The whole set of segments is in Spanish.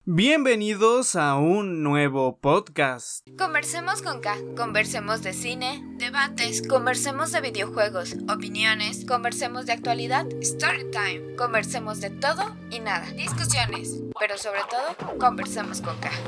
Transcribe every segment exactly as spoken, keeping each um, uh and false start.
Bienvenidos a un nuevo podcast. Conversemos con K, conversemos de cine, debates, conversemos de videojuegos, opiniones, conversemos de actualidad, storytime, conversemos de todo y nada, discusiones, pero sobre todo, conversemos con K.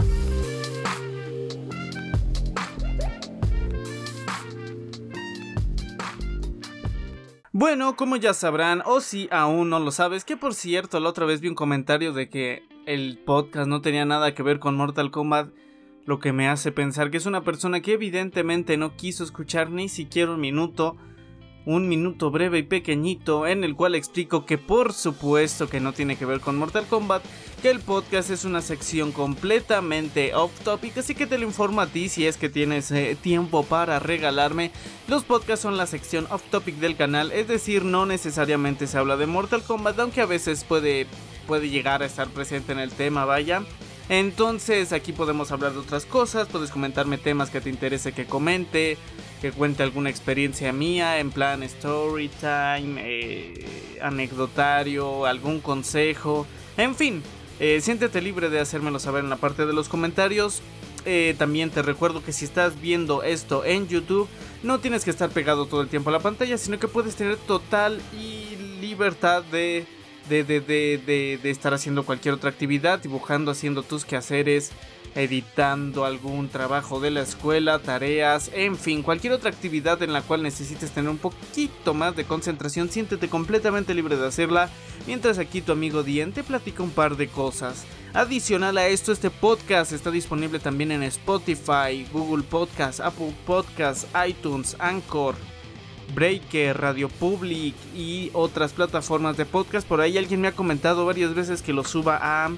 Bueno, como ya sabrán, o si aún no lo sabes, que por cierto la otra vez vi un comentario de que el podcast no tenía nada que ver con Mortal Kombat, lo que me hace pensar que es una persona que evidentemente no quiso escuchar ni siquiera un minuto, un minuto breve y pequeñito en el cual explico que por supuesto que no tiene que ver con Mortal Kombat, que el podcast es una sección completamente off topic, así que te lo informo a ti si es que tienes eh, tiempo para regalarme. Los podcasts son la sección off topic del canal, es decir, no necesariamente se habla de Mortal Kombat, aunque a veces puede, puede llegar a estar presente en el tema, vaya. Entonces aquí podemos hablar de otras cosas, puedes comentarme temas que te interese que comente, que cuente alguna experiencia mía en plan story time, eh, anecdotario, algún consejo, en fin, eh, siéntete libre de hacérmelo saber en la parte de los comentarios. Eh, también te recuerdo que si estás viendo esto en YouTube, no tienes que estar pegado todo el tiempo a la pantalla, sino que puedes tener total y libertad de... De, de, de, de, de estar haciendo cualquier otra actividad, dibujando, haciendo tus quehaceres, editando algún trabajo de la escuela, tareas, en fin, cualquier otra actividad en la cual necesites tener un poquito más de concentración, siéntete completamente libre de hacerla, mientras aquí tu amigo Dien te platica un par de cosas. Adicional a esto, este podcast está disponible también en Spotify, Google Podcast, Apple Podcast, iTunes, Anchor, Breaker, Radio Public y otras plataformas de podcast. Por ahí alguien me ha comentado varias veces que lo suba a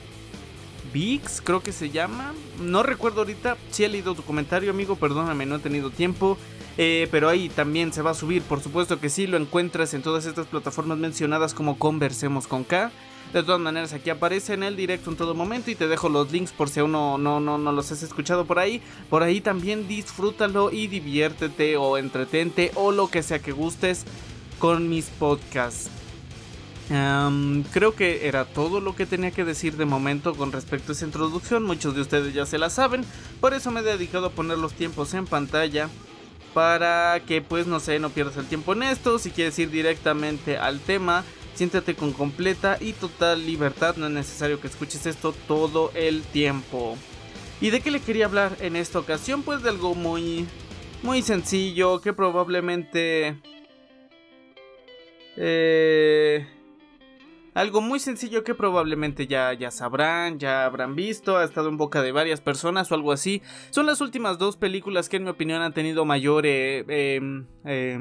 VIX, creo que se llama. No recuerdo ahorita. Si he leído tu comentario, amigo, perdóname, no he tenido tiempo. Eh, pero ahí también se va a subir, por supuesto que sí. Lo encuentras en todas estas plataformas mencionadas como Conversemos con K. De todas maneras, aquí aparece en el directo en todo momento y te dejo los links por si aún no, no, no, no los has escuchado por ahí. Por ahí también disfrútalo y diviértete o entretente o lo que sea que gustes con mis podcasts. Um, creo que era todo lo que tenía que decir de momento con respecto a esa introducción. Muchos de ustedes ya se la saben, por eso me he dedicado a poner los tiempos en pantalla para que pues no sé, no pierdas el tiempo en esto. Si quieres ir directamente al tema, siéntate con completa y total libertad, no es necesario que escuches esto todo el tiempo. ¿Y de qué le quería hablar en esta ocasión? Pues de algo muy, muy sencillo, que probablemente... Eh, algo muy sencillo que probablemente ya, ya sabrán, ya habrán visto, ha estado en boca de varias personas o algo así. Son las últimas dos películas que en mi opinión han tenido mayor... Eh, eh, eh,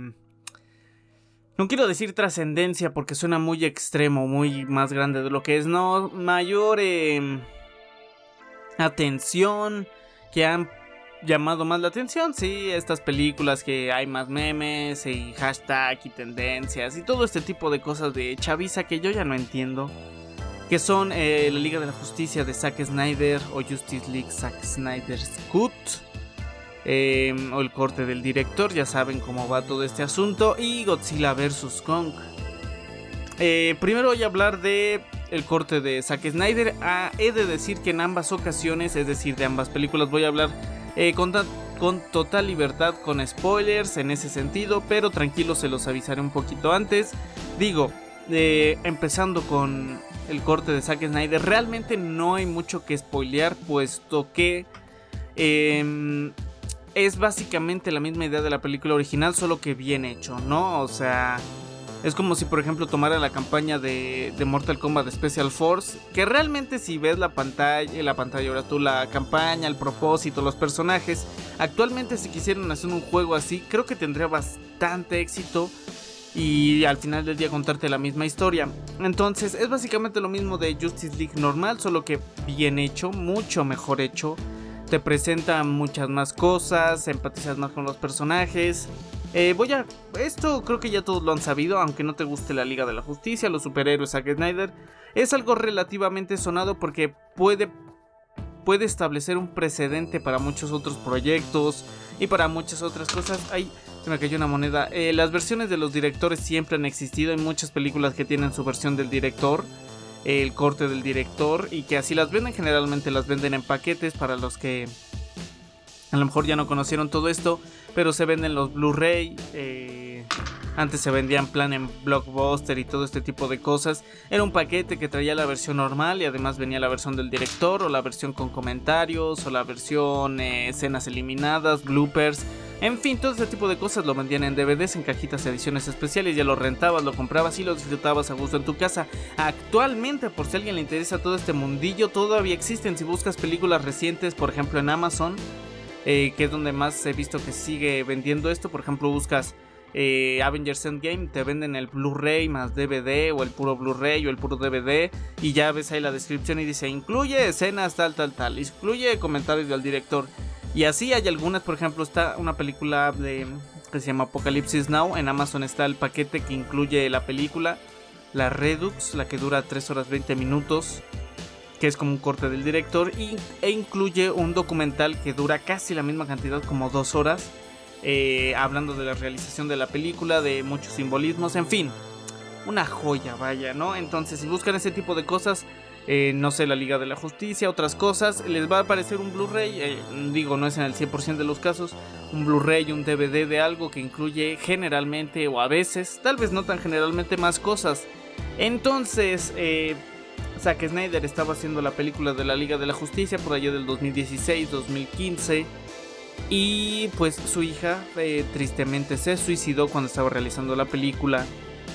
No quiero decir trascendencia porque suena muy extremo, muy más grande de lo que es, no, mayor eh, atención, que han llamado más la atención, sí, estas películas que hay más memes y hashtag y tendencias y todo este tipo de cosas de chaviza que yo ya no entiendo, que son eh, la Liga de la Justicia de Zack Snyder o Justice League Zack Snyder's Cut. Eh, o el corte del director, ya saben cómo va todo este asunto, y Godzilla versus. Kong. Eh, primero voy a hablar de el corte de Zack Snyder. Ah, he de decir que en ambas ocasiones, es decir, de ambas películas, voy a hablar eh, con, ta- con total libertad, con spoilers en ese sentido, pero tranquilo, se los avisaré un poquito antes. Digo, eh, empezando con el corte de Zack Snyder, realmente no hay mucho que spoilear, puesto que... Eh, es básicamente la misma idea de la película original, solo que bien hecho, ¿no? O sea, es como si por ejemplo tomara la campaña de, de Mortal Kombat Special Force, que realmente si ves la pantalla, la pantalla ahora tú, la campaña, el propósito, los personajes, actualmente si quisieran hacer un juego así, creo que tendría bastante éxito y al final del día contarte la misma historia. Entonces es básicamente lo mismo de Justice League normal, solo que bien hecho, mucho mejor hecho. Te presenta muchas más cosas, empatizas más con los personajes. Eh, voy a... Esto creo que ya todos lo han sabido, aunque no te guste la Liga de la Justicia, los superhéroes, Zack Snyder. Es algo relativamente sonado porque puede, puede establecer un precedente para muchos otros proyectos y para muchas otras cosas. Ay, se me cayó una moneda. Eh, las versiones de los directores siempre han existido. Hay muchas películas que tienen su versión del director. el corte del director, y que así las venden. Generalmente las venden en paquetes para los que a lo mejor ya no conocieron todo esto, pero se venden los Blu-ray. Eh, antes se vendían plan en Blockbuster y todo este tipo de cosas. Era un paquete que traía la versión normal y además venía la versión del director, o la versión con comentarios, o la versión eh, escenas eliminadas, bloopers. En fin, todo este tipo de cosas lo vendían en D V Ds, en cajitas, ediciones especiales. Ya lo rentabas, lo comprabas y lo disfrutabas a gusto en tu casa. Actualmente, por si a alguien le interesa todo este mundillo, todavía existen. Si buscas películas recientes, por ejemplo en Amazon, eh, que es donde más he visto que sigue vendiendo esto. Por ejemplo, buscas eh, Avengers Endgame, te venden el Blu-ray más D V D, o el puro Blu-ray o el puro D V D, y ya ves ahí la descripción y dice incluye escenas tal tal tal, incluye comentarios del director. Y así hay algunas. Por ejemplo, está una película de, que se llama Apocalypse Now. En Amazon está el paquete que incluye la película, la Redux, la que dura tres horas veinte minutos, que es como un corte del director, y, e incluye un documental que dura casi la misma cantidad, como dos horas, eh, hablando de la realización de la película, de muchos simbolismos, en fin, una joya, vaya, ¿no? Entonces, si buscan ese tipo de cosas, Eh, no sé, la Liga de la Justicia, otras cosas, les va a aparecer un Blu-ray, eh, digo, no es en el cien por ciento de los casos, un Blu-ray, un D V D de algo que incluye generalmente, o a veces, tal vez no tan generalmente, más cosas. Entonces, eh, Zack Snyder estaba haciendo la película de la Liga de la Justicia por allá del dos mil dieciséis, dos mil quince, y pues su hija eh, tristemente se suicidó cuando estaba realizando la película.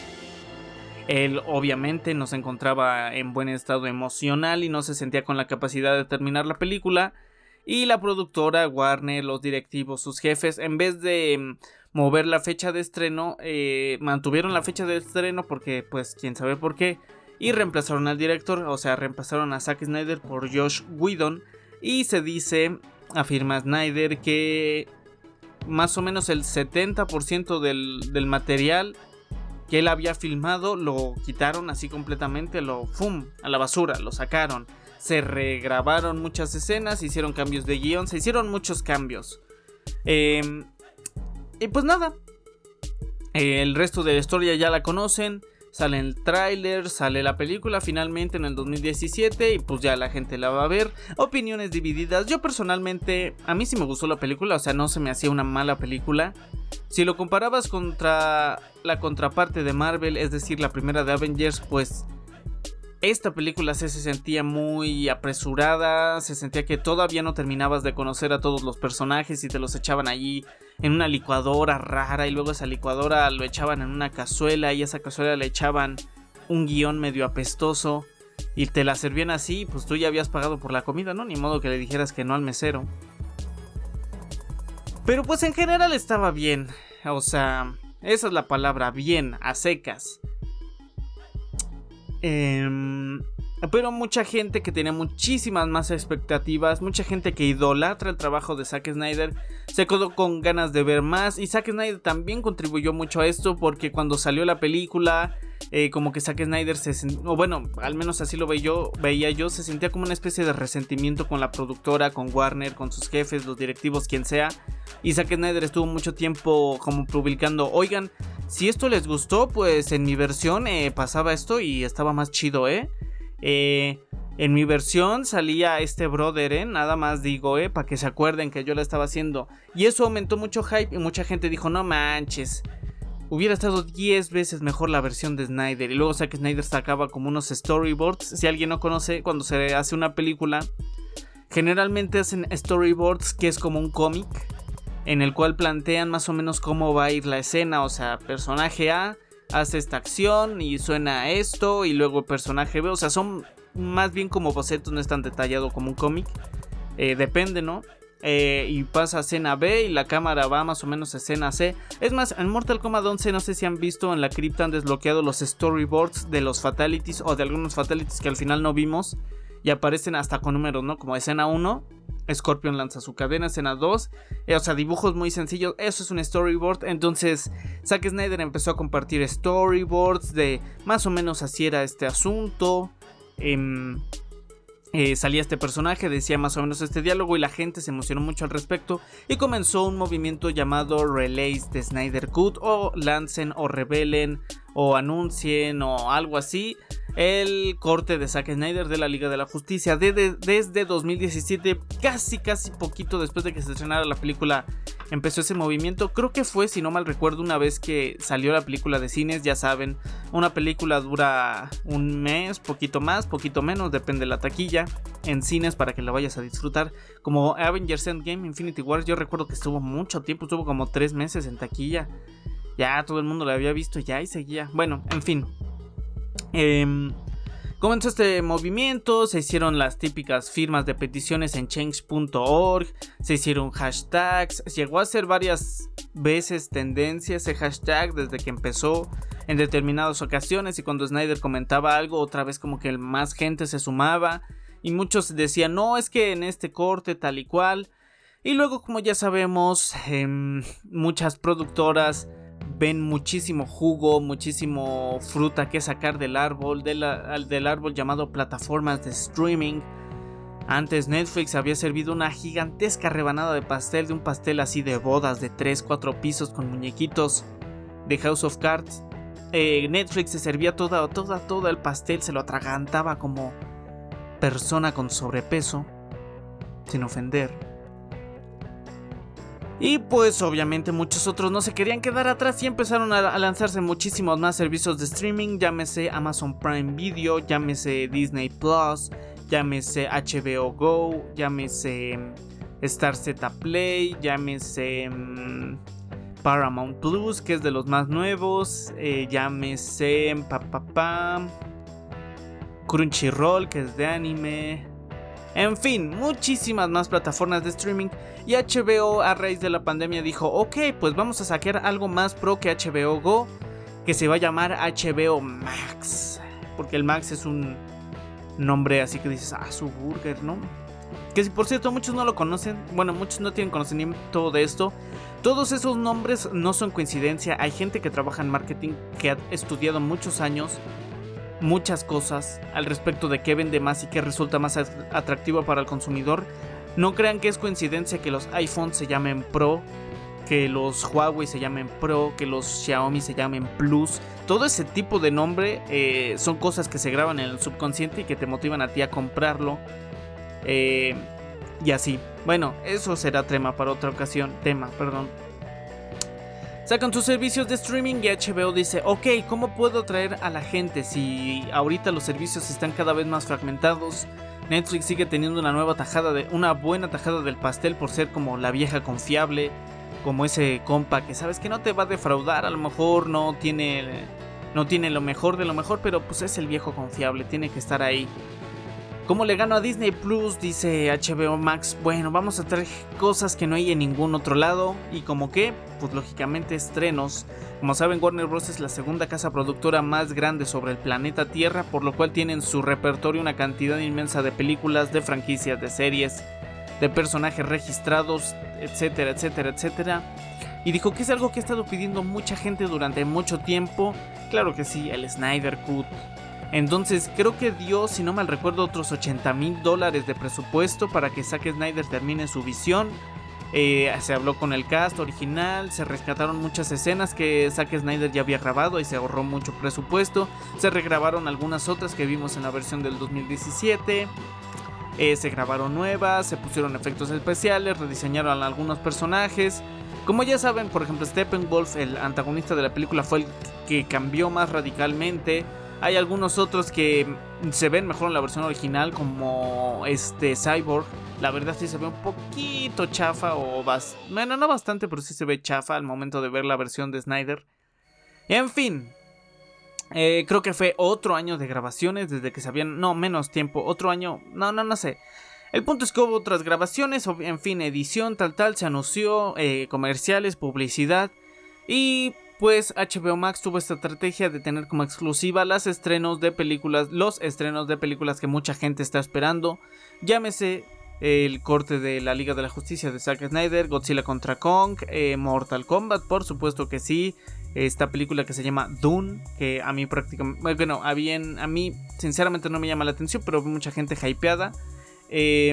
Él obviamente no se encontraba en buen estado emocional y no se sentía con la capacidad de terminar la película. Y la productora, Warner, los directivos, sus jefes, en vez de mover la fecha de estreno, eh, mantuvieron la fecha de estreno porque, pues, quién sabe por qué. Y reemplazaron al director, o sea, reemplazaron a Zack Snyder por Joss Whedon. Y se dice, afirma Snyder, que más o menos el setenta por ciento del, del material que él había filmado lo quitaron así completamente, lo fum, a la basura, lo sacaron. Se regrabaron muchas escenas, hicieron cambios de guión, se hicieron muchos cambios. Eh, y pues nada, eh, el resto de la historia ya la conocen. Sale el tráiler, sale la película finalmente en el dos mil diecisiete y pues ya la gente la va a ver. Opiniones divididas. Yo personalmente, a mí sí me gustó la película, o sea, no se me hacía una mala película. Si lo comparabas contra la contraparte de Marvel, es decir, la primera de Avengers, pues esta película se, se sentía muy apresurada, se sentía que todavía no terminabas de conocer a todos los personajes y te los echaban allí en una licuadora rara, y luego esa licuadora lo echaban en una cazuela y a esa cazuela le echaban un guión medio apestoso y te la servían así, pues tú ya habías pagado por la comida, ¿no? Ni modo que le dijeras que no al mesero. Pero pues en general estaba bien, o sea, esa es la palabra, bien, a secas. Eh, pero mucha gente que tenía muchísimas más expectativas, mucha gente que idolatra el trabajo de Zack Snyder, se quedó con ganas de ver más. Y Zack Snyder también contribuyó mucho a esto, porque cuando salió la película, eh, como que Zack Snyder se sent... o bueno, al menos así lo veía yo, veía yo, se sentía como una especie de resentimiento con la productora, con Warner, con sus jefes, los directivos, quien sea. Y Zack Snyder estuvo mucho tiempo como publicando, oigan, si esto les gustó, pues en mi versión eh, pasaba esto y estaba más chido, ¿eh? eh en mi versión salía este brother, ¿eh? Nada más digo, ¿eh? Para que se acuerden que yo la estaba haciendo. Y eso aumentó mucho hype y mucha gente dijo, no manches, hubiera estado diez veces mejor la versión de Snyder. Y luego Zack Snyder sacaba como unos storyboards. Si alguien no conoce, cuando se hace una película, generalmente hacen storyboards, que es como un cómic, en el cual plantean más o menos cómo va a ir la escena. O sea, personaje A hace esta acción y suena esto, y luego personaje B. O sea, son más bien como bocetos, no es tan detallado como un cómic. Eh, depende, ¿no? Eh, y pasa a escena B y la cámara va más o menos a escena C. Es más, en Mortal Kombat once, no sé si han visto, en la cripta han desbloqueado los storyboards de los fatalities, o de algunos fatalities que al final no vimos, y aparecen hasta con números, ¿no? Como escena uno, Scorpion lanza su cadena, escena dos, eh, o sea, dibujos muy sencillos. Eso es un storyboard. Entonces Zack Snyder empezó a compartir storyboards de más o menos así era este asunto. eh, eh, salía este personaje, decía más o menos este diálogo, y la gente se emocionó mucho al respecto, y comenzó un movimiento llamado Release the Snyder Cut, o lancen o revelen o anuncien o algo así el corte de Zack Snyder de la Liga de la Justicia de, de, desde dos mil diecisiete, casi casi poquito después de que se estrenara la película, empezó ese movimiento. Creo que fue, si no mal recuerdo, una vez que salió la película de cines. Ya saben, una película dura un mes, poquito más, poquito menos, depende de la taquilla en cines para que la vayas a disfrutar. Como Avengers Endgame, Infinity War, yo recuerdo que estuvo mucho tiempo, estuvo como tres meses en taquilla. Ya todo el mundo la había visto ya y seguía. Bueno, en fin. Eh, comenzó este movimiento, se hicieron las típicas firmas de peticiones en change punto org, se hicieron hashtags, llegó a ser varias veces tendencia ese hashtag desde que empezó en determinadas ocasiones, y cuando Snyder comentaba algo, otra vez como que más gente se sumaba y muchos decían no, es que en este corte tal y cual. Y luego, como ya sabemos, eh, muchas productoras ven muchísimo jugo, muchísimo fruta que sacar del árbol, de la, del árbol llamado plataformas de streaming. Antes Netflix había servido una gigantesca rebanada de pastel, de un pastel así de bodas de tres cuatro pisos con muñequitos de House of Cards. Eh, Netflix se servía toda, toda, todo el pastel, se lo atragantaba como persona con sobrepeso, sin ofender. Y pues obviamente muchos otros no se querían quedar atrás y empezaron a, a lanzarse muchísimos más servicios de streaming, llámese Amazon Prime Video, llámese Disney Plus, llámese H B O Go, llámese Star Z Play, llámese um, Paramount Plus, que es de los más nuevos, eh, llámese pa, pa, pa, Crunchyroll, que es de anime. En fin, muchísimas más plataformas de streaming. Y H B O, a raíz de la pandemia, dijo: ok, pues vamos a sacar algo más pro que H B O Go, que se va a llamar H B O Max. Porque el Max es un nombre así que dices, ah, su burger, ¿no? Que si por cierto muchos no lo conocen, bueno, muchos no tienen conocimiento de esto. Todos esos nombres no son coincidencia. Hay gente que trabaja en marketing que ha estudiado muchos años muchas cosas al respecto de qué vende más y qué resulta más atractivo para el consumidor. No crean que es coincidencia que los iPhones se llamen Pro, que los Huawei se llamen Pro, que los Xiaomi se llamen Plus. Todo ese tipo de nombre eh, son cosas que se graban en el subconsciente y que te motivan a ti a comprarlo. Eh, y así. Bueno, eso será tema para otra ocasión. Tema, perdón. Sacan sus servicios de streaming y H B O dice: ok, ¿cómo puedo atraer a la gente si ahorita los servicios están cada vez más fragmentados? Netflix sigue teniendo una nueva tajada, de, una buena tajada del pastel por ser como la vieja confiable, como ese compa que sabes que no te va a defraudar, a lo mejor no tiene, no tiene lo mejor de lo mejor, pero pues es el viejo confiable, tiene que estar ahí. ¿Cómo le gano a Disney Plus? Dice H B O Max. Bueno, vamos a traer cosas que no hay en ningún otro lado. ¿Y como qué? Pues lógicamente estrenos. Como saben, Warner Bros. Es la segunda casa productora más grande sobre el planeta Tierra, por lo cual tienen en su repertorio una cantidad inmensa de películas, de franquicias, de series, de personajes registrados, etcétera, etcétera, etcétera. Y dijo que es algo que ha estado pidiendo mucha gente durante mucho tiempo. Claro que sí, el Snyder Cut. Entonces creo que dio, si no mal recuerdo, otros ochenta mil dólares de presupuesto para que Zack Snyder termine su visión. Eh, se habló con el cast original, se rescataron muchas escenas que Zack Snyder ya había grabado y se ahorró mucho presupuesto. Se regrabaron algunas otras que vimos en la versión del dos mil diecisiete. Eh, se grabaron nuevas, se pusieron efectos especiales, rediseñaron algunos personajes. Como ya saben, por ejemplo, Steppenwolf, el antagonista de la película, fue el que cambió más radicalmente. Hay algunos otros que se ven mejor en la versión original, como este Cyborg. La verdad sí se ve un poquito chafa, o bas- bueno, no bastante, pero sí se ve chafa al momento de ver la versión de Snyder. En fin, eh, creo que fue otro año de grabaciones desde que se habían, no, menos tiempo, otro año, no, no, no sé. El punto es que hubo otras grabaciones, en fin, edición, tal, tal, se anunció, eh, comerciales, publicidad y... pues H B O Max tuvo esta estrategia de tener como exclusiva las estrenos de películas, los estrenos de películas que mucha gente está esperando. Llámese el corte de la Liga de la Justicia de Zack Snyder, Godzilla contra Kong, eh, Mortal Kombat, por supuesto que sí. Esta película que se llama Dune, que a mí prácticamente, bueno, a, bien, a mí sinceramente no me llama la atención, pero mucha gente hypeada. Eh,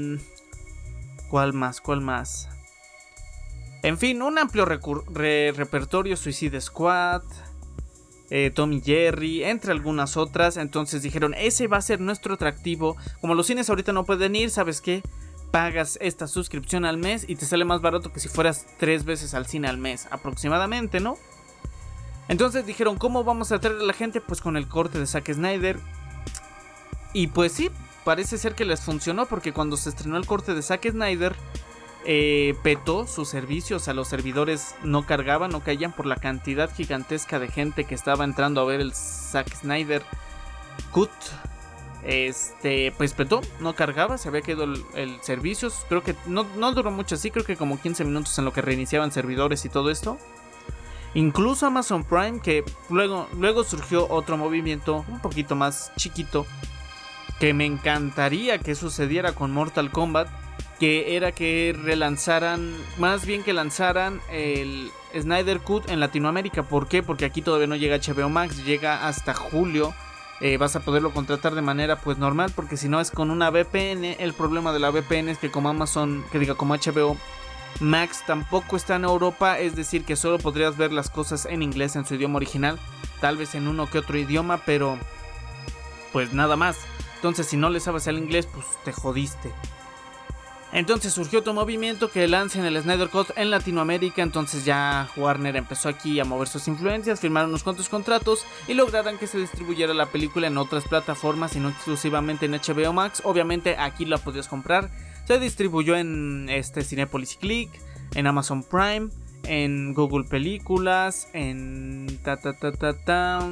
¿Cuál más? ¿Cuál más? En fin, un amplio recur- re- repertorio, Suicide Squad, eh, Tom y Jerry, entre algunas otras. Entonces dijeron, ese va a ser nuestro atractivo. Como los cines ahorita no pueden ir, ¿sabes qué? Pagas esta suscripción al mes y te sale más barato que si fueras tres veces al cine al mes, aproximadamente, ¿no? Entonces dijeron, ¿cómo vamos a atraer a la gente? Pues con el corte de Zack Snyder. Y pues sí, parece ser que les funcionó, porque cuando se estrenó el corte de Zack Snyder, eh, petó sus servicios. O sea, los servidores no cargaban, no caían por la cantidad gigantesca de gente que estaba entrando a ver el Zack Snyder Cut. Este, pues petó, no cargaba, se había quedado el, el servicio. Creo que no, no duró mucho así, creo que como quince minutos en lo que reiniciaban servidores y todo esto. Incluso Amazon Prime, que luego, luego surgió otro movimiento un poquito más chiquito, que me encantaría que sucediera con Mortal Kombat, que era que relanzaran, más bien que lanzaran el Snyder Cut en Latinoamérica. ¿Por qué? Porque aquí todavía no llega H B O Max, llega hasta julio. Eh, vas a poderlo contratar de manera pues normal, porque si no es con una V P N. El problema de la V P N es que como Amazon, que diga como H B O Max tampoco está en Europa, es decir que solo podrías ver las cosas en inglés en su idioma original, tal vez en uno que otro idioma, pero pues nada más. Entonces si no le sabes el inglés, pues te jodiste. Entonces surgió otro movimiento, que lancen el Snyder Cut en Latinoamérica. Entonces ya Warner empezó aquí a mover sus influencias, firmaron unos cuantos contratos y lograron que se distribuyera la película en otras plataformas y no exclusivamente en H B O Max. Obviamente aquí la podías comprar. Se distribuyó en este Cinépolis Click, en Amazon Prime, en Google Películas, en ta ta ta ta ta.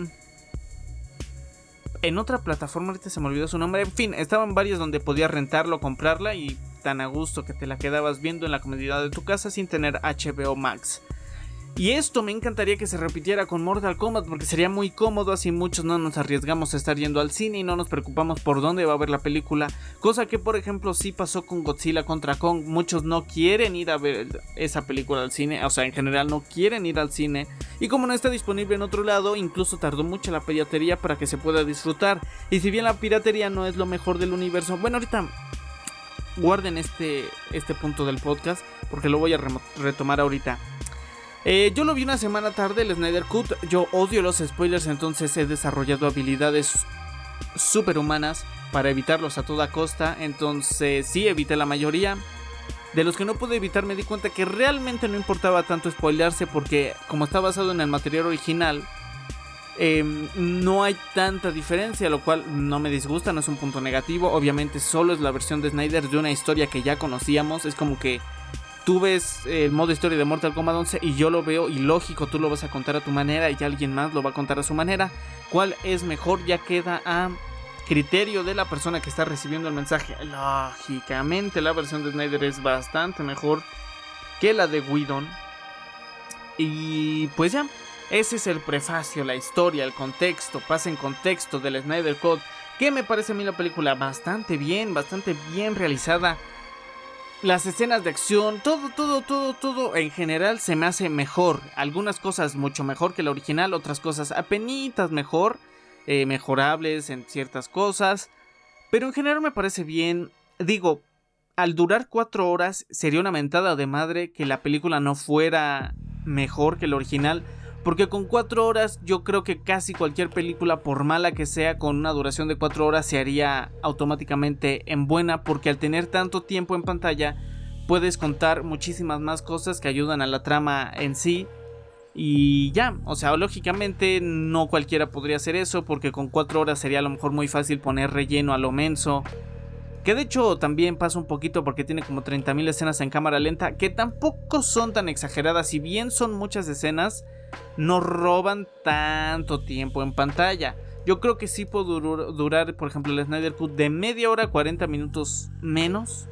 En otra plataforma, ahorita se me olvidó su nombre. En fin, estaban varias donde podías rentarlo, comprarla y tan a gusto que te la quedabas viendo en la comodidad de tu casa sin tener H B O Max. Y esto me encantaría que se repitiera con Mortal Kombat, porque sería muy cómodo, así muchos no nos arriesgamos a estar yendo al cine y no nos preocupamos por dónde va a ver la película, cosa que por ejemplo sí pasó con Godzilla contra Kong. Muchos no quieren ir a ver esa película al cine, o sea, en general no quieren ir al cine, y como no está disponible en otro lado, incluso tardó mucho la piratería para que se pueda disfrutar. Y si bien la piratería no es lo mejor del universo, bueno, ahorita guarden este, este punto del podcast porque lo voy a retomar ahorita. Eh, yo lo vi una semana tarde, el Snyder Cut. Yo odio los spoilers, entonces he desarrollado habilidades superhumanas para evitarlos a toda costa. Entonces sí, evité la mayoría. De los que no pude evitar, me di cuenta que realmente no importaba tanto spoilearse, porque como está basado en el material original, eh, no hay tanta diferencia, lo cual no me disgusta, no es un punto negativo. Obviamente solo es la versión de Snyder de una historia que ya conocíamos. Es como que tú ves el modo historia de Mortal Kombat once y yo lo veo, y lógico, tú lo vas a contar a tu manera y alguien más lo va a contar a su manera. ¿Cuál es mejor? Ya queda a criterio de la persona que está recibiendo el mensaje. Lógicamente la versión de Snyder es bastante mejor que la de Whedon. Y pues ya, ese es el prefacio, la historia, el contexto, pasa en contexto del Snyder Cut, que me parece a mí la película bastante bien, bastante bien realizada. Las escenas de acción, todo, todo, todo, todo en general se me hace mejor. Algunas cosas mucho mejor que la original, otras cosas apenitas mejor, eh, mejorables en ciertas cosas. Pero en general me parece bien. Digo, al durar cuatro horas sería una mentada de madre que la película no fuera mejor que la original. Porque con cuatro horas yo creo que casi cualquier película, por mala que sea, con una duración de cuatro horas se haría automáticamente en buena, porque al tener tanto tiempo en pantalla puedes contar muchísimas más cosas que ayudan a la trama en sí. Y ya, o sea, lógicamente no cualquiera podría hacer eso, porque con cuatro horas sería a lo mejor muy fácil poner relleno a lo menso. Que de hecho también pasa un poquito porque tiene como treinta mil escenas en cámara lenta, que tampoco son tan exageradas. Si bien son muchas escenas, no roban tanto tiempo en pantalla. Yo creo que sí puede durar, durar, por ejemplo, el Snyder Cut de media hora a cuarenta minutos menos.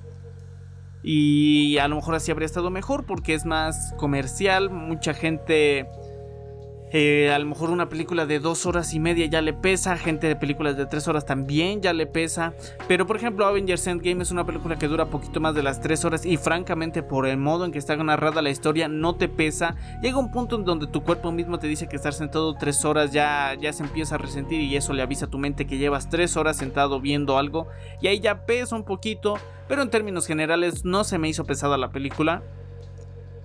Y a lo mejor así habría estado mejor, porque es más comercial. Mucha gente, eh, a lo mejor una película de dos horas y media ya le pesa. Gente de películas de tres horas también ya le pesa. Pero por ejemplo Avengers Endgame es una película que dura poquito más de las tres horas, y francamente por el modo en que está narrada la historia no te pesa. Llega un punto en donde tu cuerpo mismo te dice que estar sentado tres horas ya, ya se empieza a resentir, y eso le avisa a tu mente que llevas tres horas sentado viendo algo, y ahí ya pesa un poquito. Pero en términos generales no se me hizo pesada la película.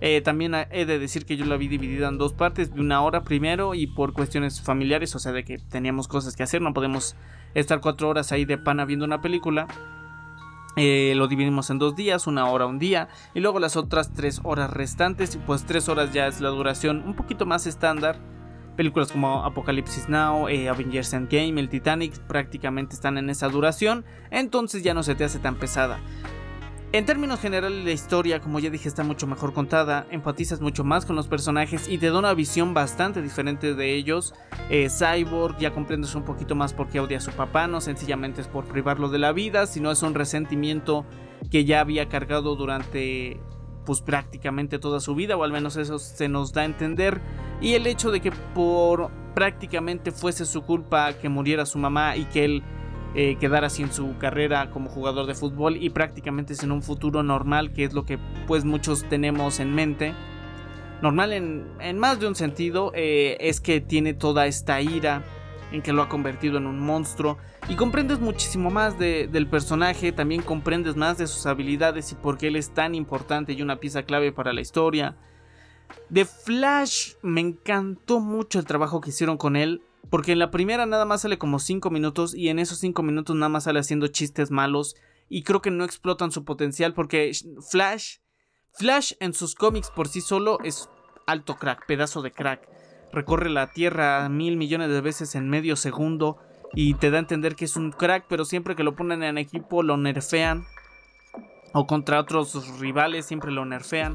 Eh, también he de decir que yo la vi dividida en dos partes, de una hora primero y por cuestiones familiares, o sea de que teníamos cosas que hacer, no podemos estar cuatro horas ahí de pana viendo una película. Eh, lo dividimos en dos días, una hora un día y luego las otras tres horas restantes, y pues tres horas ya es la duración un poquito más estándar. Películas como Apocalypse Now, eh, Avengers Endgame, el Titanic prácticamente están en esa duración, entonces ya no se te hace tan pesada. En términos generales, la historia, como ya dije, está mucho mejor contada, empatizas mucho más con los personajes y te da una visión bastante diferente de ellos. Eh, Cyborg, ya comprendes un poquito más por qué odia a su papá, no sencillamente es por privarlo de la vida, sino es un resentimiento que ya había cargado durante pues prácticamente toda su vida, o al menos eso se nos da a entender. Y el hecho de que por prácticamente fuese su culpa que muriera su mamá y que él Eh, quedar así en su carrera como jugador de fútbol y prácticamente sin un futuro normal, que es lo que pues muchos tenemos en mente, normal en, en más de un sentido, eh, es que tiene toda esta ira en que lo ha convertido en un monstruo y comprendes muchísimo más de, del personaje, también comprendes más de sus habilidades y por qué él es tan importante y una pieza clave para la historia. De Flash me encantó mucho el trabajo que hicieron con él, porque en la primera nada más sale como cinco minutos y en esos cinco minutos nada más sale haciendo chistes malos y creo que no explotan su potencial, porque Flash, Flash en sus cómics por sí solo es alto crack, pedazo de crack. Recorre la tierra mil millones de veces en medio segundo y te da a entender que es un crack, pero siempre que lo ponen en equipo lo nerfean, o contra otros rivales siempre lo nerfean.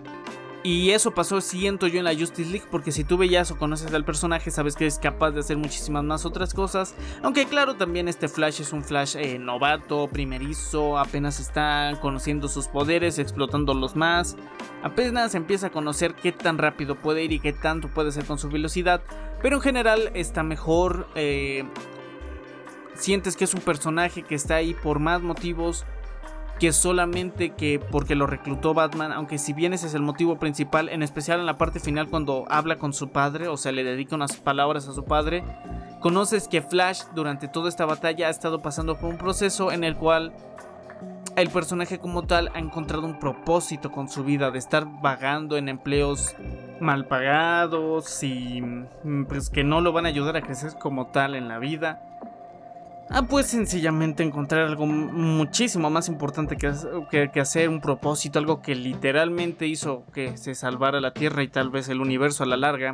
Y eso pasó, siento yo, en la Justice League, porque si tú veías o conoces al personaje, sabes que es capaz de hacer muchísimas más otras cosas. Aunque claro, también este Flash es un Flash eh, novato, primerizo, apenas está conociendo sus poderes, explotándolos más. Apenas empieza a conocer qué tan rápido puede ir y qué tanto puede hacer con su velocidad. Pero en general está mejor. Eh, sientes que es un personaje que está ahí por más motivos que solamente que porque lo reclutó Batman, aunque si bien ese es el motivo principal, en especial en la parte final cuando habla con su padre, o sea, le dedica unas palabras a su padre, conoces que Flash durante toda esta batalla ha estado pasando por un proceso en el cual el personaje como tal ha encontrado un propósito con su vida, de estar vagando en empleos mal pagados y pues que no lo van a ayudar a crecer como tal en la vida. Ah, pues sencillamente encontrar algo muchísimo más importante que, que, que hacer, un propósito, algo que literalmente hizo que se salvara la Tierra y tal vez el universo a la larga.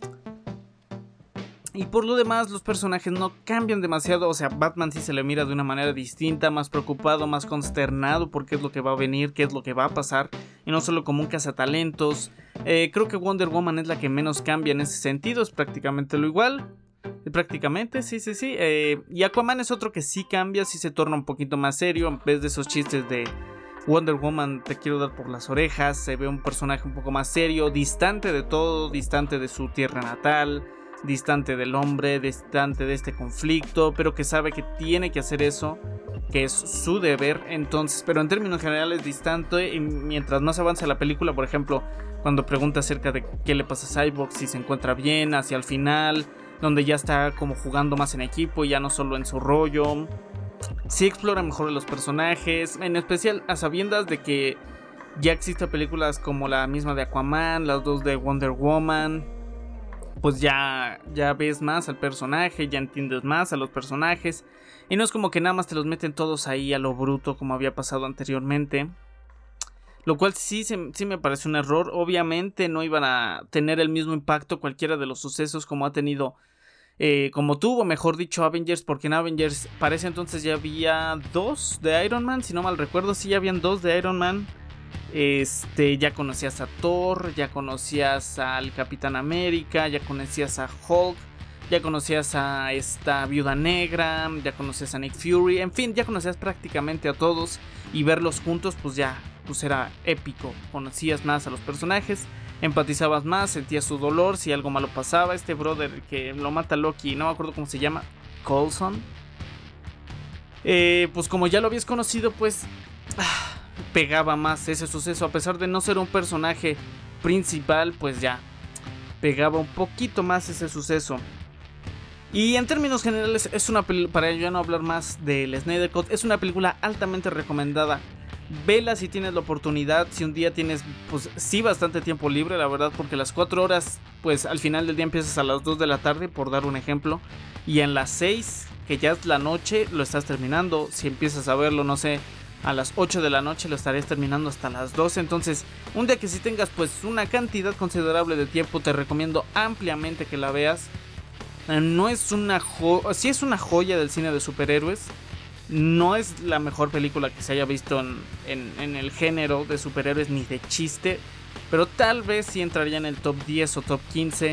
Y por lo demás, los personajes no cambian demasiado, o sea, Batman sí se le mira de una manera distinta, más preocupado, más consternado por qué es lo que va a venir, qué es lo que va a pasar, y no solo como un cazatalentos. Eh, creo que Wonder Woman es la que menos cambia en ese sentido, es prácticamente lo igual. Prácticamente, sí, sí, sí. Eh, y Aquaman es otro que sí cambia, sí se torna un poquito más serio. En vez de esos chistes de Wonder Woman, te quiero dar por las orejas, se ve un personaje un poco más serio, distante de todo, distante de su tierra natal, distante del hombre, distante de este conflicto, pero que sabe que tiene que hacer eso, que es su deber. Entonces, pero en términos generales distante. Y mientras más avanza la película, por ejemplo, cuando pregunta acerca de qué le pasa a Cyborg, si se encuentra bien, hacia el final, donde ya está como jugando más en equipo, ya no solo en su rollo, sí explora mejor a los personajes, en especial a sabiendas de que ya existen películas como la misma de Aquaman, las dos de Wonder Woman. Pues ya, ya ves más al personaje, ya entiendes más a los personajes, y no es como que nada más te los meten todos ahí a lo bruto como había pasado anteriormente. Lo cual sí, sí me parece un error. Obviamente no iban a tener el mismo impacto cualquiera de los sucesos como ha tenido, eh, como tuvo, mejor dicho, Avengers, porque en Avengers para ese entonces ya había dos de Iron Man, si no mal recuerdo, sí ya habían dos de Iron Man. Este, ya conocías a Thor, ya conocías al Capitán América, ya conocías a Hulk, ya conocías a esta Viuda Negra, ya conocías a Nick Fury, en fin, ya conocías prácticamente a todos, y verlos juntos pues ya pues era épico. Conocías más a los personajes, empatizabas más, sentías su dolor si algo malo pasaba. Este brother que lo mata Loki, no me acuerdo cómo se llama, Coulson, eh, pues como ya lo habías conocido, pues ah, pegaba más ese suceso, a pesar de no ser un personaje principal, pues ya pegaba un poquito más ese suceso. Y en términos generales es una película, para ya no hablar más del Snyder Cut, es una película altamente recomendada. vela si tienes la oportunidad, si un día tienes, pues sí, bastante tiempo libre, la verdad, porque las cuatro horas, pues al final del día empiezas a las dos de la tarde, por dar un ejemplo, y en las seis, que ya es la noche, lo estás terminando. Si empiezas a verlo, no sé, a las ocho de la noche, lo estarías terminando hasta las doce. Entonces, un día que si tengas pues una cantidad considerable de tiempo, te recomiendo ampliamente que la veas. No es una joya, sí es una joya del cine de superhéroes. No es la mejor película que se haya visto en, en, en el género de superhéroes ni de chiste, pero tal vez sí entraría en el top diez o top quince.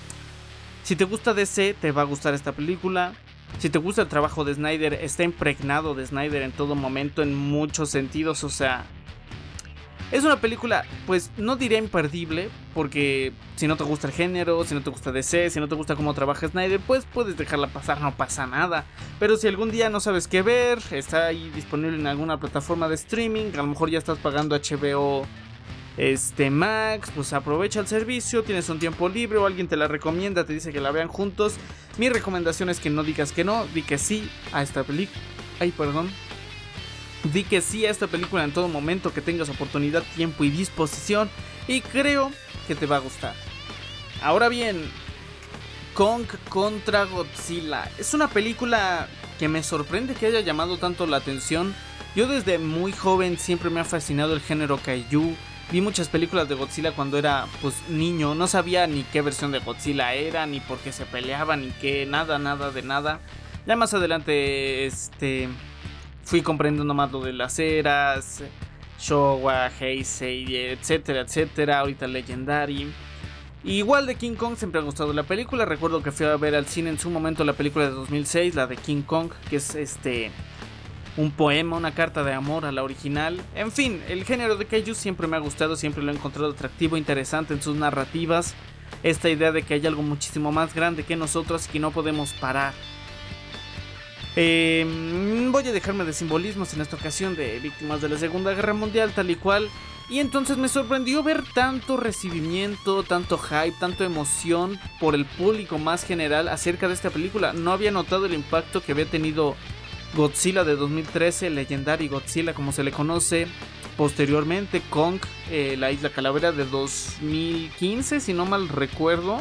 Si te gusta D C, te va a gustar esta película. Si te gusta el trabajo de Snyder, está impregnado de Snyder en todo momento, en muchos sentidos. O sea, es una película, pues no diré imperdible, porque si no te gusta el género, si no te gusta D C, si no te gusta cómo trabaja Snyder, pues puedes dejarla pasar, no pasa nada. Pero si algún día no sabes qué ver, está ahí disponible en alguna plataforma de streaming, a lo mejor ya estás pagando H B O este, Max, pues aprovecha el servicio, tienes un tiempo libre o alguien te la recomienda, te dice que la vean juntos. Mi recomendación es que no digas que no, di que sí a esta película. Ay, perdón. Di que sí a esta película en todo momento que tengas oportunidad, tiempo y disposición, y creo que te va a gustar. Ahora bien, Kong contra Godzilla es una película que me sorprende que haya llamado tanto la atención. Yo desde muy joven siempre me ha fascinado el género kaiju. Vi muchas películas de Godzilla cuando era pues niño, no sabía ni qué versión de Godzilla era, ni por qué se peleaban, ni qué, nada, nada de nada. Ya más adelante este fui comprendiendo más lo de las eras, Showa, Heisei, etcétera, etcétera, ahorita Legendary. Igual de King Kong siempre me ha gustado la película. Recuerdo que fui a ver al cine en su momento la película de dos mil seis, la de King Kong, que es este un poema, una carta de amor a la original. En fin, el género de kaiju siempre me ha gustado, siempre lo he encontrado atractivo, interesante en sus narrativas. Esta idea de que hay algo muchísimo más grande que nosotros y que no podemos parar. Eh, voy a dejarme de simbolismos en esta ocasión de víctimas de la Segunda Guerra Mundial, tal y cual. Y entonces me sorprendió ver tanto recibimiento, tanto hype, tanto emoción por el público más general acerca de esta película. No había notado el impacto que había tenido Godzilla de dos mil trece, Legendary Godzilla como se le conoce. Posteriormente Kong, eh, la Isla Calavera de dos mil quince, si no mal recuerdo.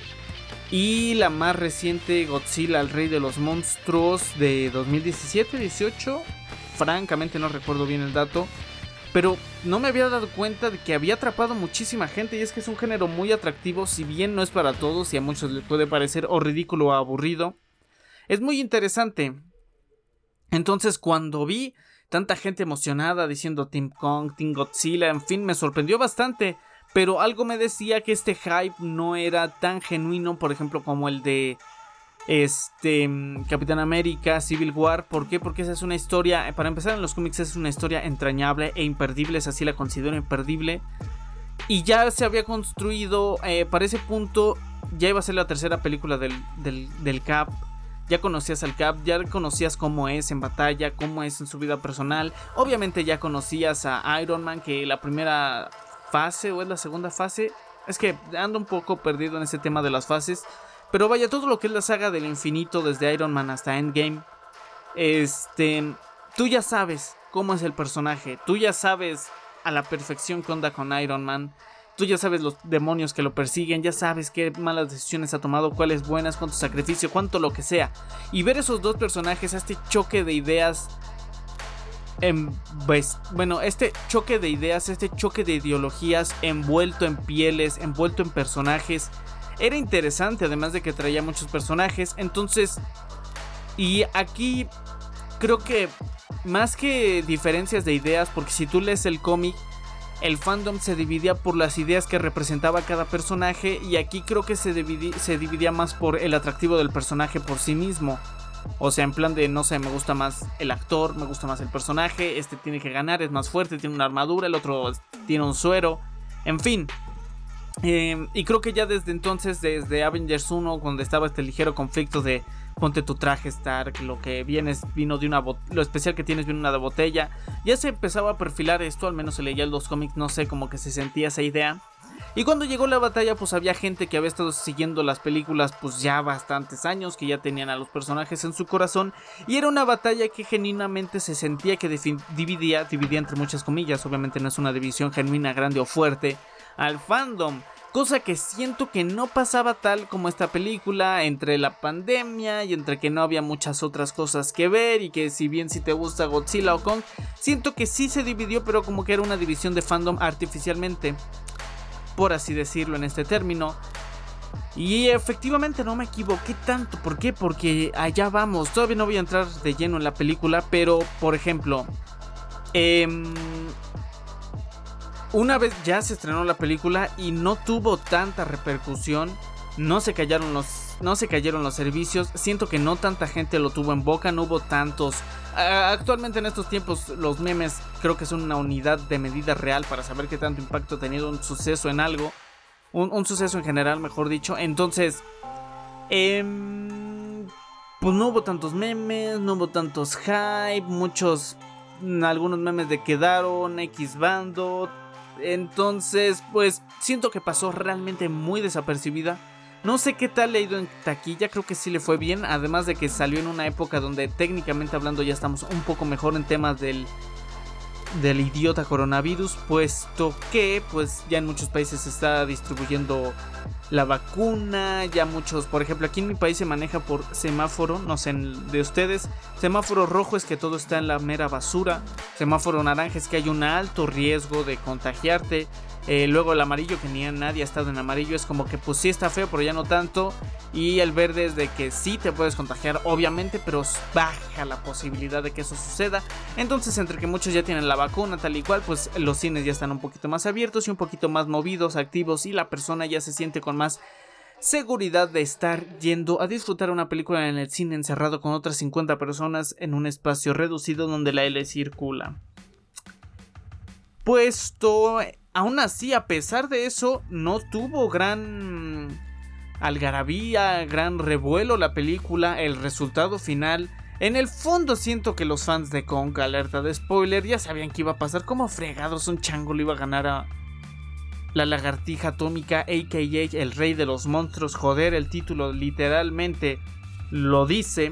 Y la más reciente, Godzilla, el rey de los monstruos, de dos mil diecisiete, dieciocho. Francamente no recuerdo bien el dato, pero no me había dado cuenta de que había atrapado muchísima gente. Y es que es un género muy atractivo, si bien no es para todos y a muchos les puede parecer o ridículo o aburrido. Es muy interesante. Entonces cuando vi tanta gente emocionada diciendo Team Kong, Team Godzilla, en fin, me sorprendió bastante. Pero algo me decía que este hype no era tan genuino, por ejemplo, como el de este Capitán América, Civil War. ¿Por qué? Porque esa es una historia, para empezar en los cómics es una historia entrañable e imperdible, es así la considero, imperdible. Y ya se había construido, eh, para ese punto ya iba a ser la tercera película del, del, del Cap. Ya conocías al Cap, ya conocías cómo es en batalla, cómo es en su vida personal. Obviamente ya conocías a Iron Man, que la primera fase o es la segunda fase, es que ando un poco perdido en ese tema de las fases, pero vaya, todo lo que es la saga del infinito desde Iron Man hasta Endgame, este, tú ya sabes cómo es el personaje, tú ya sabes a la perfección qué onda con Iron Man, tú ya sabes los demonios que lo persiguen, ya sabes qué malas decisiones ha tomado, cuáles buenas, cuánto sacrificio, cuánto lo que sea, y ver esos dos personajes, este choque de ideas. En, pues, bueno, este choque de ideas, este choque de ideologías envuelto en pieles, envuelto en personajes, era interesante, además de que traía muchos personajes. Entonces, y aquí creo que más que diferencias de ideas, porque si tú lees el cómic, el fandom se dividía por las ideas que representaba cada personaje, y aquí creo que se dividía, se dividía más por el atractivo del personaje por sí mismo. O sea, en plan de, no sé, me gusta más el actor, me gusta más el personaje, este tiene que ganar, es más fuerte, tiene una armadura, el otro tiene un suero, en fin. Eh, y creo que ya desde entonces, desde Avengers uno, cuando estaba este ligero conflicto de ponte tu traje Stark, lo que vienes vino de una bot- lo especial que tienes viene una de botella, ya se empezaba a perfilar esto, al menos se leía en los cómics, no sé, como que se sentía esa idea. Y cuando llegó la batalla, pues había gente que había estado siguiendo las películas pues ya bastantes años, que ya tenían a los personajes en su corazón, y era una batalla que genuinamente se sentía que dividía, dividía entre muchas comillas, obviamente no es una división genuina, grande o fuerte, al fandom. Cosa que siento que no pasaba tal como esta película, entre la pandemia y entre que no había muchas otras cosas que ver, y que si bien si te gusta Godzilla o Kong, siento que sí se dividió, pero como que era una división de fandom artificialmente, por así decirlo en este término. Y efectivamente no me equivoqué tanto. ¿Por qué? Porque allá vamos. Todavía no voy a entrar de lleno en la película, pero por ejemplo, eh, una vez ya se estrenó la película y no tuvo tanta repercusión, no se cayeron los, no se cayeron los servicios, siento que no tanta gente lo tuvo en boca, no hubo tantos. Actualmente en estos tiempos los memes creo que son una unidad de medida real para saber qué tanto impacto ha tenido un suceso en algo, un, un suceso en general, mejor dicho. Entonces, eh, pues no hubo tantos memes, no hubo tantos hype, muchos, algunos memes de quedaron, X bando. Entonces, pues siento que pasó realmente muy desapercibida. No sé qué tal le ha ido en taquilla, creo que sí le fue bien. Además de que salió en una época donde técnicamente hablando ya estamos un poco mejor en temas del, del idiota coronavirus, puesto que pues ya en muchos países se está distribuyendo la vacuna. Ya muchos, por ejemplo aquí en mi país se maneja por semáforo, no sé de ustedes. Semáforo rojo es que todo está en la mera basura, semáforo naranja es que hay un alto riesgo de contagiarte. Eh, luego el amarillo, que ni nadie ha estado en amarillo, es como que pues sí está feo pero ya no tanto. Y el verde es de que sí te puedes contagiar obviamente, pero baja la posibilidad de que eso suceda. Entonces entre que muchos ya tienen la vacuna tal y cual, pues los cines ya están un poquito más abiertos y un poquito más movidos, activos, y la persona ya se siente con más seguridad de estar yendo a disfrutar una película en el cine encerrado con otras cincuenta personas en un espacio reducido donde la L circula. Puesto, aún así, a pesar de eso, no tuvo gran algarabía, gran revuelo la película. El resultado final, en el fondo siento que los fans de Kong, alerta de spoiler, ya sabían que iba a pasar. Como fregados un chango le iba a ganar a la lagartija atómica, a k a el rey de los monstruos. Joder, el título literalmente lo dice.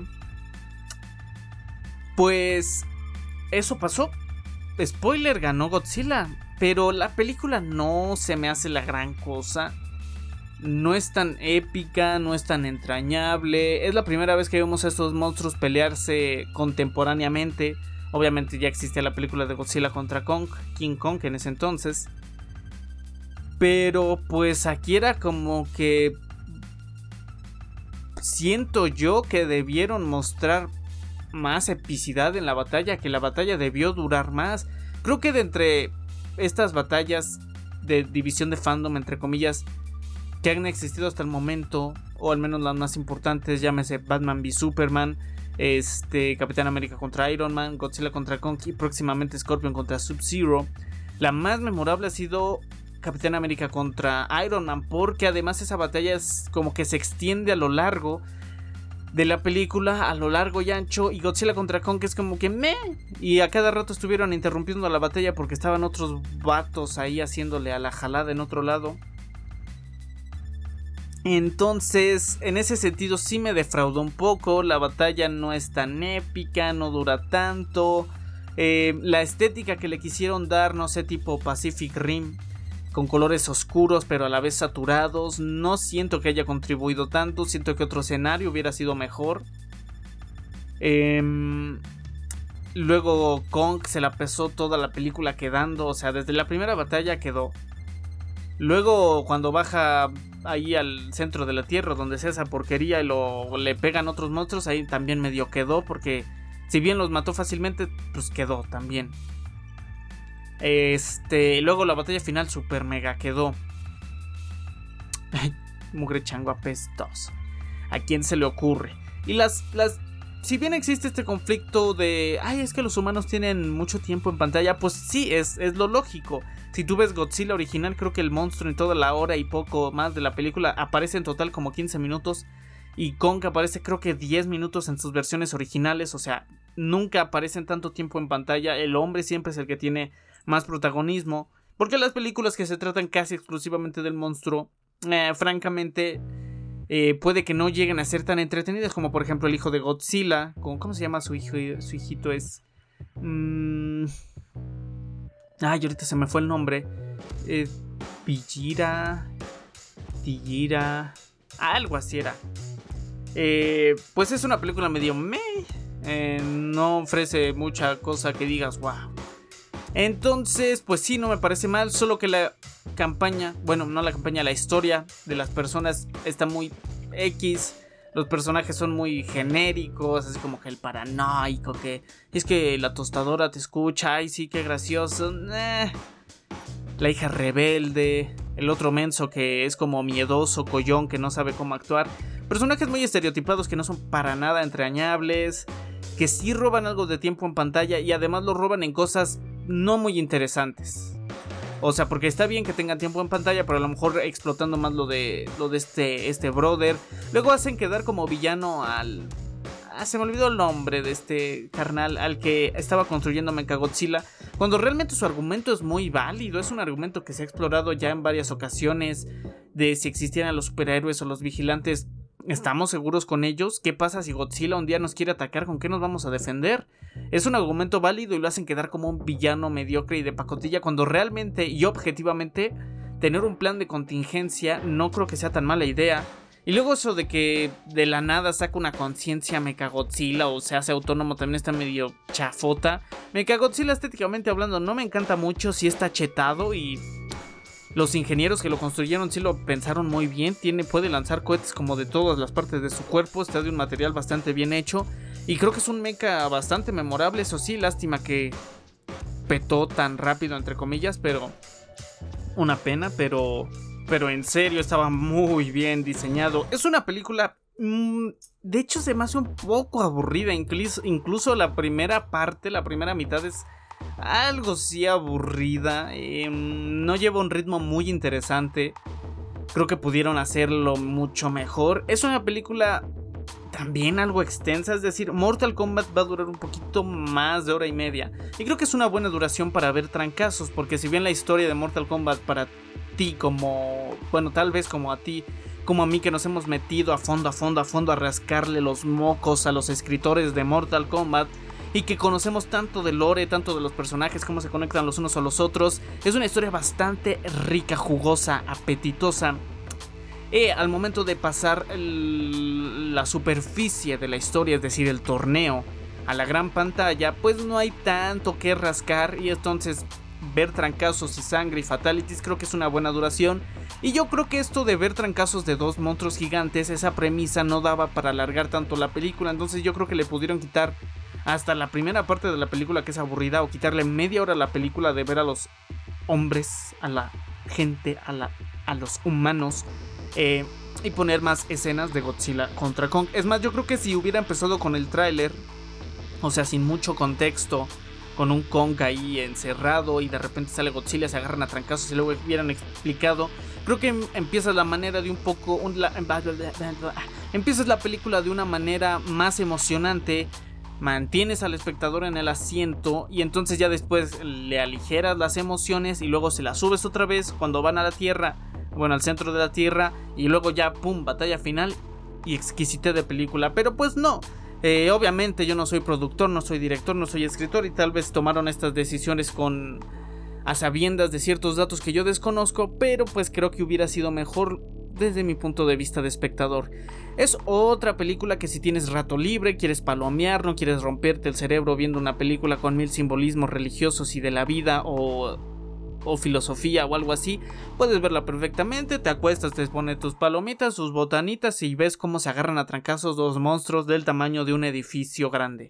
Pues eso pasó. Spoiler, ganó Godzilla. Pero la película no se me hace la gran cosa. No es tan épica, no es tan entrañable. Es la primera vez que vemos a estos monstruos pelearse contemporáneamente. Obviamente ya existía la película de Godzilla contra Kong, King Kong en ese entonces. Pero pues aquí era como que siento yo que debieron mostrar más epicidad en la batalla, que la batalla debió durar más. Creo que de entre estas batallas de división de fandom, entre comillas, que han existido hasta el momento, o al menos las más importantes, llámese Batman v Superman, este, Capitán América contra Iron Man, Godzilla contra Kong y próximamente Scorpion contra Sub-Zero, la más memorable ha sido Capitán América contra Iron Man, porque además esa batalla es como que se extiende a lo largo de la película, a lo largo y ancho, y Godzilla contra Kong es como que meh, y a cada rato estuvieron interrumpiendo la batalla porque estaban otros vatos ahí haciéndole a la jalada en otro lado. Entonces, en ese sentido sí me defraudó un poco. La batalla no es tan épica, no dura tanto. Eh, la estética que le quisieron dar, no sé, tipo Pacific Rim, con colores oscuros pero a la vez saturados, no siento que haya contribuido tanto. Siento que otro escenario hubiera sido mejor. Eh, luego Kong se la pesó toda la película quedando, o sea, desde la primera batalla quedó. Luego cuando baja ahí al centro de la tierra, donde sea esa porquería, y lo, le pegan otros monstruos, ahí también medio quedó, porque si bien los mató fácilmente, pues quedó también. Este, luego la batalla final super mega quedó. Ay, mugre chango apestoso. ¿A quién se le ocurre? Y las, las, si bien existe este conflicto de, ay, es que los humanos tienen mucho tiempo en pantalla, pues sí, es, es lo lógico. Si tú ves Godzilla original, creo que el monstruo en toda la hora y poco más de la película aparece en total como quince minutos. Y Kong aparece creo que diez minutos en sus versiones originales. O sea, nunca aparecen tanto tiempo en pantalla. El hombre siempre es el que tiene más protagonismo. Porque las películas que se tratan casi exclusivamente del monstruo, eh, francamente, eh, puede que no lleguen a ser tan entretenidas como por ejemplo el hijo de Godzilla. ¿Cómo, cómo se llama su hijo? Su hijito es... Mmm... Ay, ahorita se me fue el nombre. Eh, Pillira... Tillira... Algo así era. Eh, pues es una película medio meh. Eh, no ofrece mucha cosa que digas, wow. Entonces, pues sí, no me parece mal. Solo que la campaña, bueno, no la campaña, la historia de las personas está muy X. Los personajes son muy genéricos, así como que el paranoico, que es que la tostadora te escucha, ay sí, qué gracioso. Eh. La hija rebelde, el otro menso que es como miedoso, collón, que no sabe cómo actuar. Personajes muy estereotipados que no son para nada entrañables, que sí roban algo de tiempo en pantalla y además lo roban en cosas no muy interesantes. O sea, porque está bien que tengan tiempo en pantalla, pero a lo mejor explotando más lo de lo de este, este brother. Luego hacen quedar como villano al... Ah, se me olvidó el nombre de este carnal al que estaba construyendo Mechagodzilla, cuando realmente su argumento es muy válido. Es un argumento que se ha explorado ya en varias ocasiones, de si existieran los superhéroes o los vigilantes, ¿estamos seguros con ellos? ¿Qué pasa si Godzilla un día nos quiere atacar? ¿Con qué nos vamos a defender? Es un argumento válido y lo hacen quedar como un villano mediocre y de pacotilla, cuando realmente y objetivamente tener un plan de contingencia no creo que sea tan mala idea. Y luego eso de que de la nada saca una conciencia Mechagodzilla o se hace autónomo también está medio chafota. Mechagodzilla estéticamente hablando no me encanta mucho, sí está chetado y los ingenieros que lo construyeron sí lo pensaron muy bien. Tiene, puede lanzar cohetes como de todas las partes de su cuerpo, está de un material bastante bien hecho y creo que es un mecha bastante memorable. Eso sí, lástima que petó tan rápido entre comillas, pero una pena, pero... Pero en serio, estaba muy bien diseñado. Es una película... Mmm, de hecho, se me hace un poco aburrida. Incluso, incluso la primera parte, la primera mitad es algo sí aburrida. Eh, no lleva un ritmo muy interesante. Creo que pudieron hacerlo mucho mejor. Es una película también algo extensa. Es decir, Mortal Kombat va a durar un poquito más de hora y media. Y creo que es una buena duración para ver trancazos. Porque si bien la historia de Mortal Kombat para... ti como, bueno, tal vez como a ti, como a mí que nos hemos metido a fondo, a fondo, a fondo a rascarle los mocos a los escritores de Mortal Kombat y que conocemos tanto del lore, tanto de los personajes, cómo se conectan los unos a los otros. Es una historia bastante rica, jugosa, apetitosa. Y al momento de pasar el, la superficie de la historia, es decir, el torneo, a la gran pantalla, pues no hay tanto que rascar y entonces... ver trancazos y sangre y fatalities creo que es una buena duración. Y yo creo que esto de ver trancazos de dos monstruos gigantes, esa premisa no daba para alargar tanto la película. Entonces yo creo que le pudieron quitar hasta la primera parte de la película, que es aburrida, o quitarle media hora a la película de ver a los hombres, a la gente, a, la, a los humanos, eh, y poner más escenas de Godzilla contra Kong. Es más, yo creo que si hubiera empezado con el tráiler, o sea, sin mucho contexto, con un Kong ahí encerrado y de repente sale Godzilla, se agarran a trancazos y luego hubieran explicado, creo que empieza la manera de un poco un, la, empiezas la película de una manera más emocionante, mantienes al espectador en el asiento y entonces ya después le aligeras las emociones y luego se las subes otra vez cuando van a la tierra, bueno, al centro de la tierra, y luego ya pum, batalla final y exquisitez de película. Pero pues no. Eh, obviamente yo no soy productor, no soy director, no soy escritor y tal vez tomaron estas decisiones con a sabiendas de ciertos datos que yo desconozco, pero pues creo que hubiera sido mejor desde mi punto de vista de espectador. Es otra película que si tienes rato libre, quieres palomear, no quieres romperte el cerebro viendo una película con mil simbolismos religiosos y de la vida o... o filosofía o algo así, puedes verla perfectamente, te acuestas, te pones tus palomitas, tus botanitas y ves cómo se agarran a trancazos dos monstruos del tamaño de un edificio grande.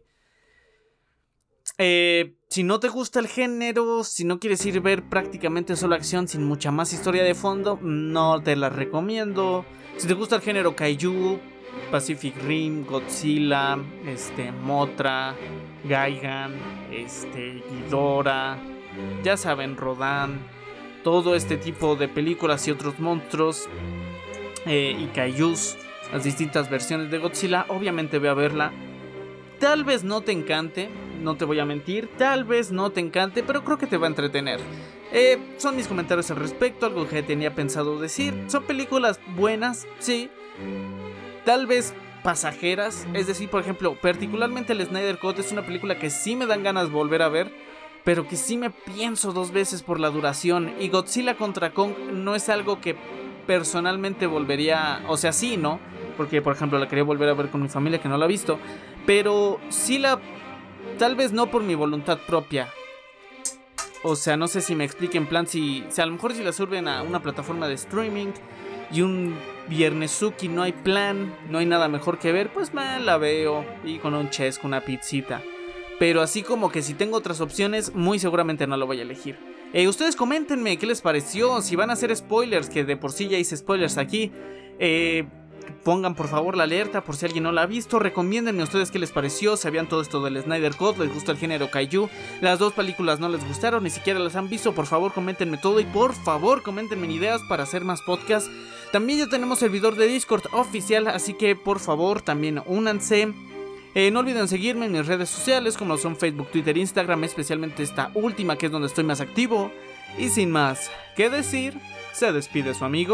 Eh, si no te gusta el género, si no quieres ir a ver prácticamente solo acción sin mucha más historia de fondo, no te la recomiendo. Si te gusta el género Kaiju, Pacific Rim, Godzilla, este, Mothra, Gigan, este, Ghidorah, ya saben, Rodan, todo este tipo de películas y otros monstruos eh, y kaijus, las distintas versiones de Godzilla, obviamente ve a verla. Tal vez no te encante, no te voy a mentir, tal vez no te encante, pero creo que te va a entretener. Eh, son mis comentarios al respecto, algo que tenía pensado decir. Son películas buenas, sí. Tal vez pasajeras, es decir, por ejemplo, particularmente el Snyder Cut es una película que sí me dan ganas de volver a ver, pero que sí me pienso dos veces por la duración. Y Godzilla contra Kong no es algo que personalmente volvería, o sea, sí, ¿no? Porque, por ejemplo, la quería volver a ver con mi familia que no la ha visto, pero sí la, tal vez no por mi voluntad propia. O sea, no sé si me explique en plan si, si a lo mejor si la suben a una plataforma de streaming y un viernesuki no hay plan, no hay nada mejor que ver, pues me la veo y con un chesco, una pizzita. Pero así como que si tengo otras opciones, muy seguramente no lo voy a elegir. Eh, ustedes coméntenme qué les pareció, si van a hacer spoilers, que de por sí ya hice spoilers aquí. Eh... Pongan por favor la alerta por si alguien no la ha visto. Recomiéndenme ustedes qué les pareció. ¿Sabían todo esto del Snyder Cut? ¿Les gustó el género kaiju? Las dos películas no les gustaron, ni siquiera las han visto. Por favor coméntenme todo y por favor coméntenme ideas para hacer más podcasts. También ya tenemos servidor de Discord oficial, así que por favor también únanse. Eh, no olviden seguirme en mis redes sociales como son Facebook, Twitter, Instagram, especialmente esta última que es donde estoy más activo. Y sin más que decir, se despide su amigo